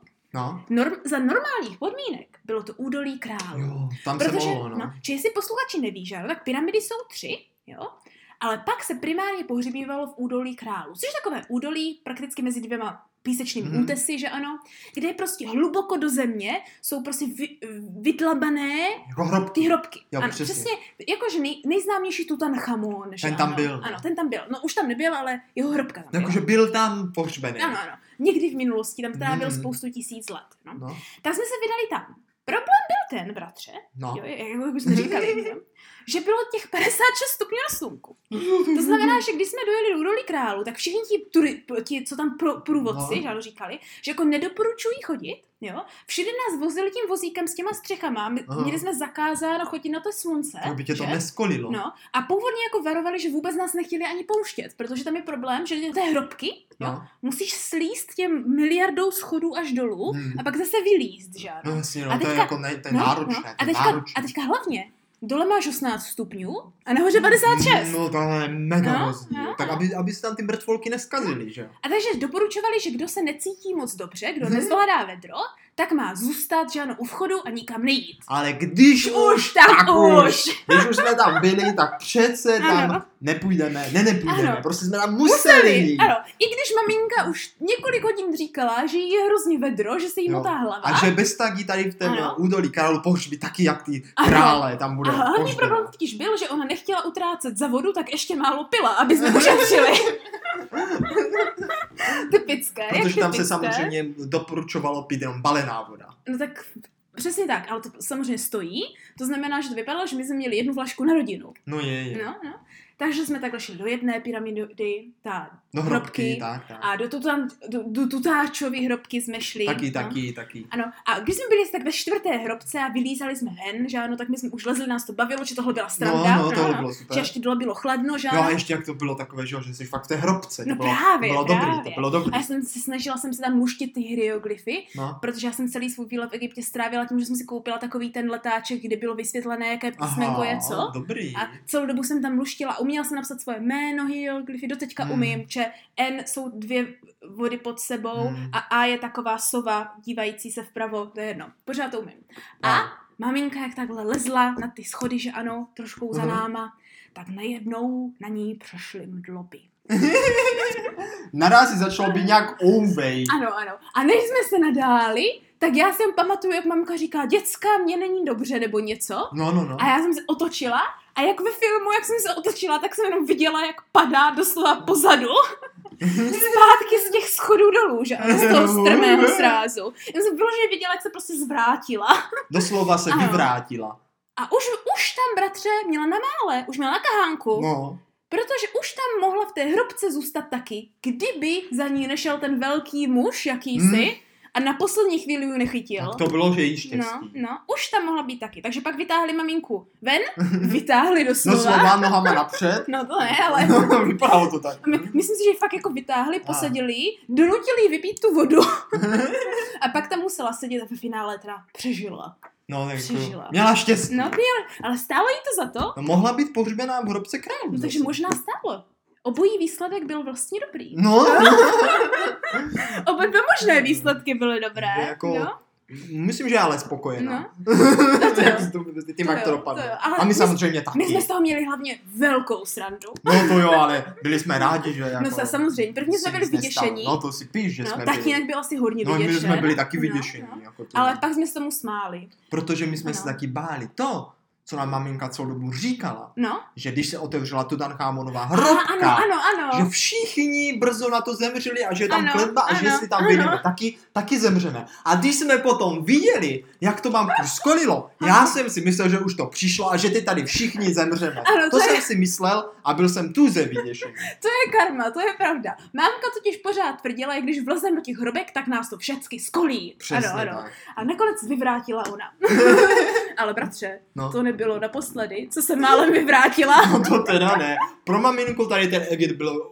za normálních podmínek bylo to údolí králů. Jo, tam se mohlo, Či jestli posluchači neví, že ano, tak pyramidy jsou 3, jo, ale pak se primárně pohřbívalo v údolí králů. Což je takové údolí prakticky mezi 2 písečnými útesy, že ano, kde je prostě hluboko do země, jsou prostě vytlabané jako ty hrobky. Jo, ano, přesně jakože nejznámější Tutanchamon. Ten tam byl. Ano, ten tam byl. No už tam nebyl, ale jeho hrobka tam byla. Jakože byl tam pohřbený. Ano. Někdy v minulosti, tam trávil spoustu tisíc let. No. Tak jsme se vydali tam. Problém byl ten, bratře, jak už jsme říkali, že bylo těch 56 stupňů na slunku. To znamená, že když jsme dojeli do údolí králů, tak všichni ti co tam průvodci, říkali, že jako nedoporučují chodit, jo. Všude nás vozili tím vozíkem s těma střechama, měli jsme zakázáno chodit na to slunce. To by tě to neskolilo. No, a původně jako varovali, že vůbec nás nechtěli ani pouštět, protože tam je problém, že té hrobky, musíš slíst těm miliardou schodů až dolů a pak zase vylízt, že ano. No jasně, to je jako náročné. A teďka hlavně, dole máš 18 stupňů a nahoře 56. No to je mega rozdíl. Tak aby se tam ty mrtvolky neskazily, že jo. A takže doporučovali, že kdo se necítí moc dobře, kdo nezvládá vedro, tak má zůstat, že ano, u vchodu a nikam nejít. Ale když už, tak už. Když už jsme tam byli, tak přece tam nepůjdeme. Prostě jsme tam museli jít. Ano, i když maminka už několik hodin říkala, že jí je hrozně vedro, že se jí motá hlava. A že bez tak jí tady v tom údolí králu pohřbí taky jak ty krále tam bude. A hlavní problém totiž byl, že ona nechtěla utrácet za vodu, tak ještě málo pila, aby jsme ušetřili. Typické. Protože tam se samozřejmě doporučovalo pít jenom balená voda. No tak přesně tak, ale to samozřejmě stojí. To znamená, že to vypadalo, že my jsme měli 1 flašku na rodinu. No je. No. Takže jsme takhle šli do jedné pyramidy, do hrobky, tak. A do Tutáčovy hrobky jsme šli. Taky. Ano, a když jsme byli tak ve 4. hrobce a vylízali jsme ven, že ano, tak my jsme už lezli, nás to bavilo, že tohle byla sranda. No, tohle bylo super. Že ještě dole bylo chladno, že ano. Jo, a ještě jak to bylo takové, že jsi fakt v té hrobce. No to bylo dobrý. A já jsem se snažila se tam luštit ty hieroglyfy, protože já jsem celý svůj výlet v Egyptě strávila tím, že jsem si koupila takový ten letáček, kde bylo vysvětlené, jaké písmenko je co. Dobrý. A celou dobu jsem tam luštila, uměla jsem napsat svoje jméno, hieroglyfy, doteďka umím, že N jsou 2 vody pod sebou a A je taková sova dívající se vpravo, to je jedno, pořád to umím. A maminka, jak takhle lezla na ty schody, že ano, trošku za náma, tak najednou na ní přešly mdloby. Naraz si začalo být nějak ouvej. Ano. A než jsme se nadáli, tak já si pamatuju, jak mamka říká, děcka, mně není dobře, nebo něco. No. A já jsem se otočila a jak ve filmu, jak jsem se otočila, tak jsem jenom viděla, jak padá doslova pozadu. Zpátky z těch schodů dolů, že? Z toho strmého srázu. Já jsem vyloženě viděla, jak se prostě zvrátila. Doslova se vyvrátila. A už tam, bratře, měla na mále, už měla na kahánku. No. Protože už tam mohla v té hrobce zůstat taky, kdyby za ní nešel ten velký muž, jakýsi, a na poslední chvíli ji nechytil. Tak to bylo, že jí štěstí. No, už tam mohla být taky. Takže pak vytáhli maminku ven, vytáhli doslova. Doslova nohama napřed. No to ne, ale... Vypadalo to tak. Myslím si, že ji fakt jako vytáhli, posadili, donutili jí vypít tu vodu. A pak tam musela sedět a ve finále teda přežila. No, přežila. Měla štěstí. No, ale stálo jí to za to. No, mohla být pohřbená v hrobce králů. No, takže možná stálo. Obojí výsledek byl vlastně dobrý. No. Oba dva možné výsledky byly dobré. Myslím, že je ale spokojená. No. Tím, jak to dopadlo. A my samozřejmě taky. My jsme z toho měli hlavně velkou srandu. No to jo, ale byli jsme rádi, že jako... No samozřejmě, prvně jsme byli vyděšení. No to si píš, že jsme byli. Tatínek byl asi hodně vyděšen. No my jsme byli taky vyděšení. Jako ale pak jsme se tomu smáli. Protože my jsme se taky báli to, co nám maminka celou dobu říkala, že když se otevřela Tutanchamonova hrobka, ano. že všichni brzo na to zemřeli a že je tam kletba a že si tam vyjdeme taky zemřeme. A když jsme potom viděli, jak to mamku skolilo, já jsem si myslel, že už to přišlo a že ty tady všichni zemřeme. Ano, to jsem si myslel a byl jsem tuze vyděšený. To je karma, to je pravda. Mámka totiž pořád tvrdila, jak když vlezeme do těch hrobek, tak nás to všechny skolí. Přesně ano. A nakonec vyvrátila ona. Ale bratře, to nebylo naposledy, co se málem vyvrátila. No to teda ne. Pro maminku tady ten Egypt byl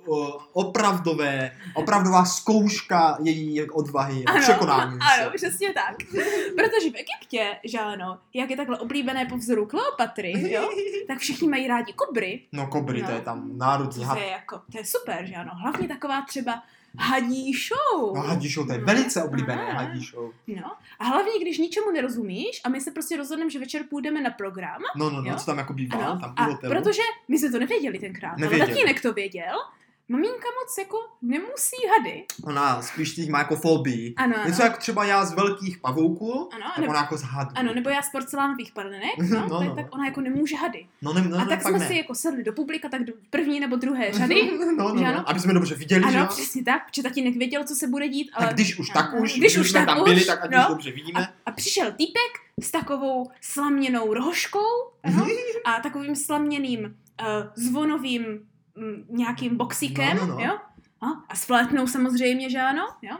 opravdová zkouška její odvahy a překonání se. Ano, přesně tak. Protože v Egyptě, že ano, jak je takhle oblíbené po vzoru Kleopatry, jo, tak všichni mají rádi kobry. No kobry, to je tam národní had. To je super, že ano. Hlavně taková třeba hadí show. No hadí show, to je velice oblíbené hadí show. No a hlavně, když ničemu nerozumíš a my se prostě rozhodneme, že večer půjdeme na program. No, co tam jako bývá, ano, tam a protože my jsme to nevěděli tenkrát, ale tatínek to věděl. Maminka moc jako nemusí hady. Ona spíš těch má jako fobii. Ano. Něco jako třeba já z velkých pavouků, tak ona jako z hadů. Ano, nebo já z porcelánových panenek, tak ona jako nemůže hady. No, a tak jsme si jako sedli do publika, tak do první nebo druhé řady. No. Aby jsme dobře viděli, ano, že jo? Přesně tak, protože tatínek věděl, co se bude dít. Ale... Tak když už jsme tam byli, tak ať už dobře vidíme. A přišel týpek s takovou slaměnou rohoškou a takovým slaměným zvonovým nějakým boxíkem, jo? A s flétnou samozřejmě, že ano, jo?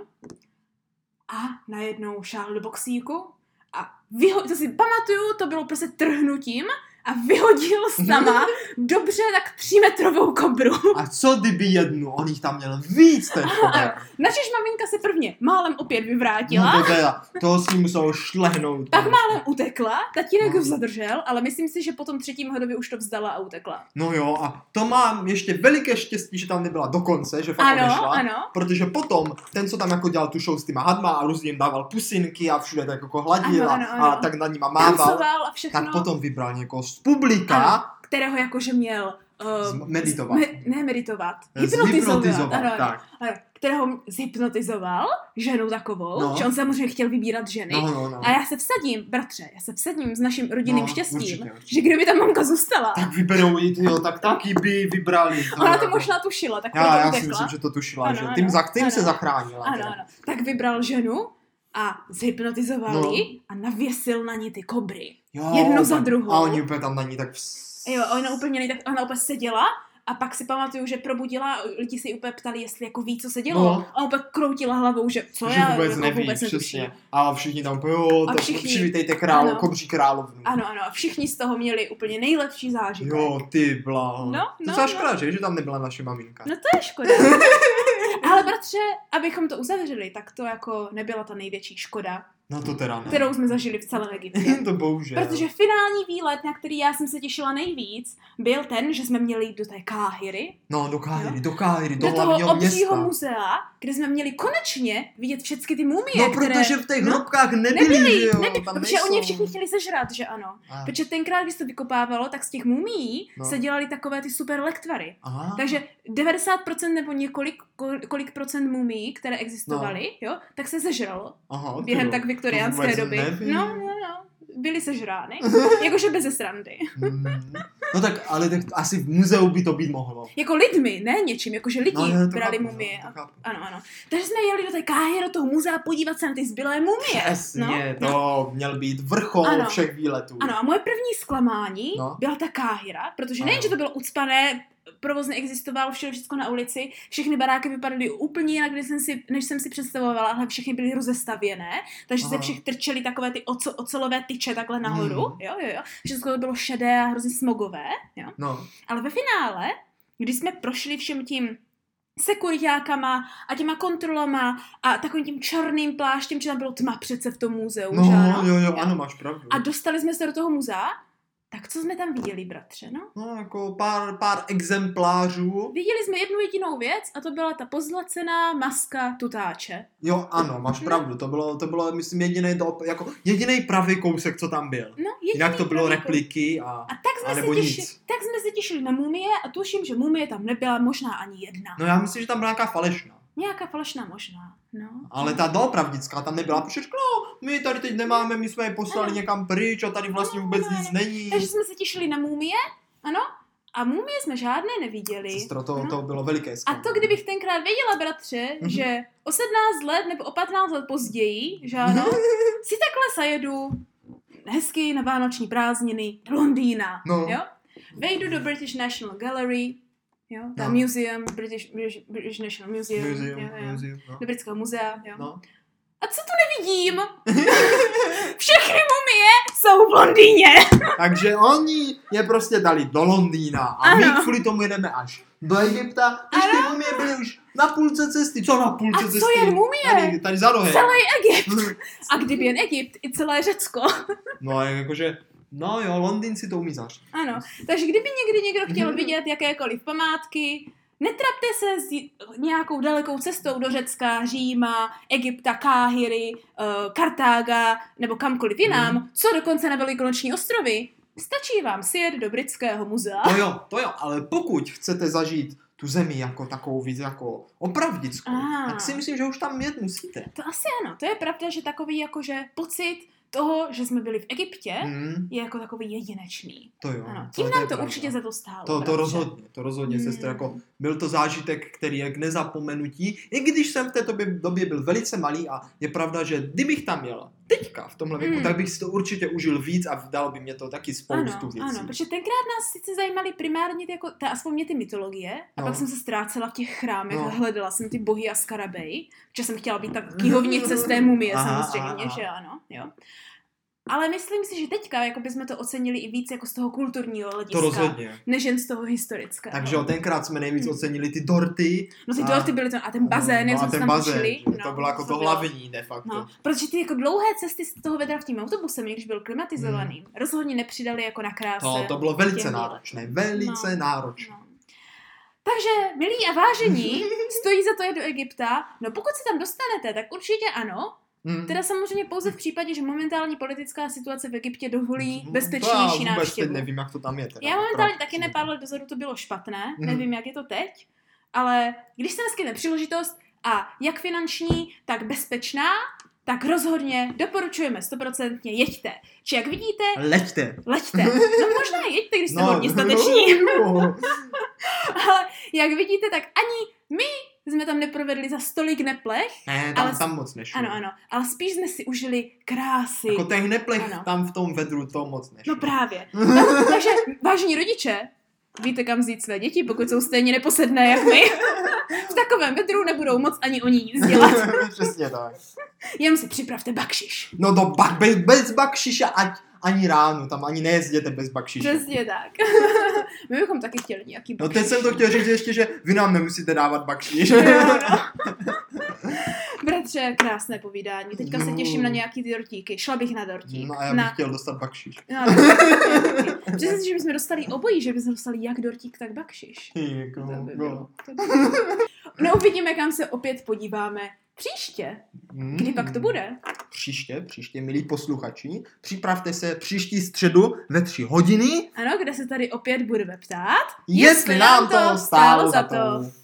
A najednou šáhl do boxíku a to si pamatuju, to bylo prostě trhnutím a vyhodil sama dobře tak 3metrovou kobru. A co kdyby jednu? On jich tam měl víc ten kober. Načež maminka se prvně málem opět vyvrátila. No to teda, toho s ním muselo šlehnout. Pak málem utekla, tatínek ho zadržel, ale myslím si, že po tom 3. hodovi už to vzdala a utekla. No jo, a to mám ještě veliké štěstí, že tam nebyla dokonce, že fakt odešla. Ano. Protože potom, ten, co tam jako dělal tu show s těma hadma a různě jim dával pusinky a všude tak jako hladil a tak nad nima mával, tak potom vybral někoho z publika, kterého jakože měl meditovat. Hypnotizovat. Ano. Kterého zhypnotizoval ženu takovou, že on samozřejmě chtěl vybírat ženy. No. A já se vsadím s naším rodinným štěstím, určitě. Že kdyby tam mamka zůstala. Tak vyberou ji, tak taky by vybrali. Ona to možná tušila, tak já si myslím, že to tušila, že tím se zachránila. Ano. Tak vybral ženu a zhypnotizoval ji a navěsil na ní ty kobry. Jednu za druhou. A oni úplně tam na ní tak... Jo, ona úplně seděla a pak si pamatuju, že probudila, lidi si úplně ptali, jestli jako ví, co se dělo. No. A úplně kroutila hlavou, že co že já vůbec neví, vůbec přesně. A všichni tam, jo, tak přivítejte kobří královnu. Ano, a všichni z toho měli úplně nejlepší zážitek. Jo, ty bláho. No, to je škoda, že tam nebyla naše maminka. No to je škoda. Ale bratře, abychom to uzavřeli, tak to jako nebyla ta největší škoda. No to teda ne. Kterou jsme zažili v celém Egyptě. To bohužel. Protože finální výlet, na který já jsem se těšila nejvíc, byl ten, že jsme měli jít do té Káhiry. No, do Káhiry, do hlavního města. Do toho obřího muzea, kde jsme měli konečně vidět všechny ty mumie, no, protože v těch hrobkách nebyly, jo, protože oni všichni chtěli sežrat, že ano. Protože tenkrát, když se to vykopávalo, tak z těch mumií se dělali takové ty super lektvary. Aha. Takže 90% nebo kolik procent mumií, které existovaly, jo, tak se sežralo. Aha, během tak viktoriánské doby. Nevím. No. Byly sežrány. Jakože bez srandy. No tak, ale tak asi v muzeu by to být mohlo. Jako lidmi, ne něčím, jakože lidi brali mumie. Ano. Takže jsme jeli do té Káhiry, do toho muzea podívat se na ty zbylé mumie. Přesně, to měl být vrchol všech výletů. Ano, a moje první zklamání byla ta Káhira, protože nejen, že to bylo ucpané, provoz neexistoval, všechno na ulici, všechny baráky vypadaly úplně jinak, než jsem si představovala, ale všechny byly rozestavěné, takže se všech trčely takové ty ocelové tyče takhle nahoru, jo. Všechno to bylo šedé a hrozně smogové, jo. No. Ale ve finále, když jsme prošli všem tím sekuritákama a těma kontrolama a takovým tím černým pláštěm, že tam bylo tma přece v tom muzeu, no, že ano? Jo, ano, máš pravdu. A dostali jsme se do toho muzea. Tak co jsme tam viděli, bratře, no? No, jako pár exemplářů. Viděli jsme jednu jedinou věc a to byla ta pozlacená maska tutáče. Jo, ano, máš pravdu. To bylo myslím, jediný pravý kousek, co tam byl. No, jinak to bylo repliky a tak jsme se těšili na mumie a tuším, že mumie tam nebyla možná ani jedna. No, já myslím, že tam byla nějaká falešná. Nějaká falešná možná, no. Ale ta doopravdická tam nebyla, protože my tady teď nemáme, my jsme je poslali někam pryč a tady vlastně vůbec nic není. Takže jsme se těšili na mumie, ano, a mumie jsme žádné neviděli. Sestro, to bylo veliké zklamání. A to, kdybych tenkrát věděla, bratře, že o 17 let nebo o 15 let později, že ano, si takhle zajedu hezky na vánoční prázdniny do Londýna, jo? Vejdu do British National Gallery, jo, ta museum, British National Museum, do britského muzea, jo. No. A co tu nevidím? Všechny mumie jsou v Londýně. Takže oni je prostě dali do Londýna a my kvůli tomu jedeme až do Egypta, když ty mumie byly už na půlce cesty. Co na půlce cesty? A co jen mumie? Tady za rohem. Celý Egypt. A kdyby jen Egypt, i celé Řecko. No jakože, no jo, Londýn si to umí zařídit. Ano, takže kdyby někdy někdo chtěl vidět jakékoliv památky, netrapte se s nějakou dalekou cestou do Řecka, Říma, Egypta, Káhiry, Kartága nebo kamkoliv jinam, co dokonce na Velikonoční ostrovy. Stačí vám si jet do britského muzea. To jo, ale pokud chcete zažít tu zemi jako takovou víc jako opravdickou, tak si myslím, že už tam jet musíte. To asi ano, to je pravda, že takový jakože pocit toho, že jsme byli v Egyptě, je jako takový jedinečný. To jo. Ano, tím nám to určitě za to stálo. To rozhodně, sestro, jako byl to zážitek, který je k nezapomenutí, i když jsem v této době byl velice malý a je pravda, že kdybych tam jel teďka v tomhle věku, tak bych si to určitě užil víc a dal by mě to taky spoustu věcí. Ano, protože tenkrát nás sice zajímaly primárně aspoň mě ty mytologie, a pak jsem se ztrácela v těch chrámech a hledala jsem ty bohy a skarabej, protože jsem chtěla být tak knihovnice z té mumie samozřejmě, že ano, jo. Ale myslím si, že teďka jako bychom to ocenili i víc jako z toho kulturního hlediska, než jen z toho historického. Takže tenkrát jsme nejvíc ocenili ty dorty. No ty dorty byly to, a ten bazén, jak jsme tam šli. To bylo jako to hlavní de facto. No, protože ty jako dlouhé cesty z toho vedra v tím autobusem, když byl klimatizovaný, rozhodně nepřidali jako na kráse. To bylo velice náročné, náročné. No. Takže, milí a vážení, stojí za to jet do Egypta. No pokud se tam dostanete, tak určitě ano. Teda samozřejmě pouze v případě, že momentální politická situace v Egyptě dovolí bezpečnější návštěvu. Nevím, jak to tam je. Já momentálně taky pár let dozadu to bylo špatné, nevím, jak je to teď, ale když se naskytne příležitost a jak finanční, tak bezpečná, tak rozhodně doporučujeme 100% jeďte. Či jak vidíte... Leďte. No možná jeďte, když jste hodně stateční. Ale jak vidíte, tak ani my jsme tam neprovedli za stolik neplech. Ne, tam moc nešlo. Ano, ale spíš jsme si užili krásy. Jako těch neplech tam v tom vedru to moc nešlo. No právě. Takže vážení rodiče, víte, kam vzít své děti, pokud jsou stejně neposedné jak my. V takovém vedru nebudou moc ani oni nic dělat. Přesně tak. Jen si připravte bakšiš. No bez bakšiše ani ránu, tam ani nejezděte bez bakšiše. Přesně tak. My bychom taky chtěli nějaký bakšiš. No teď jsem to chtěl říct ještě, že vy nám nemusíte dávat bakšiš. Bratře, krásné povídání. Teďka se těším na nějaký ty dortíky. Šla bych na dortík. No a já bych chtěl dostat bakšiš. Přesně, že bychom dostali obojí, že bychom dostali jak dortík, tak bakšiš. No uvidíme, kam se opět podíváme příště. Kdy pak to bude? Příště, milí posluchači. Připravte se příští středu ve 3 hodiny. Ano, kde se tady opět budeme ptát, jestli nám to stálo za to.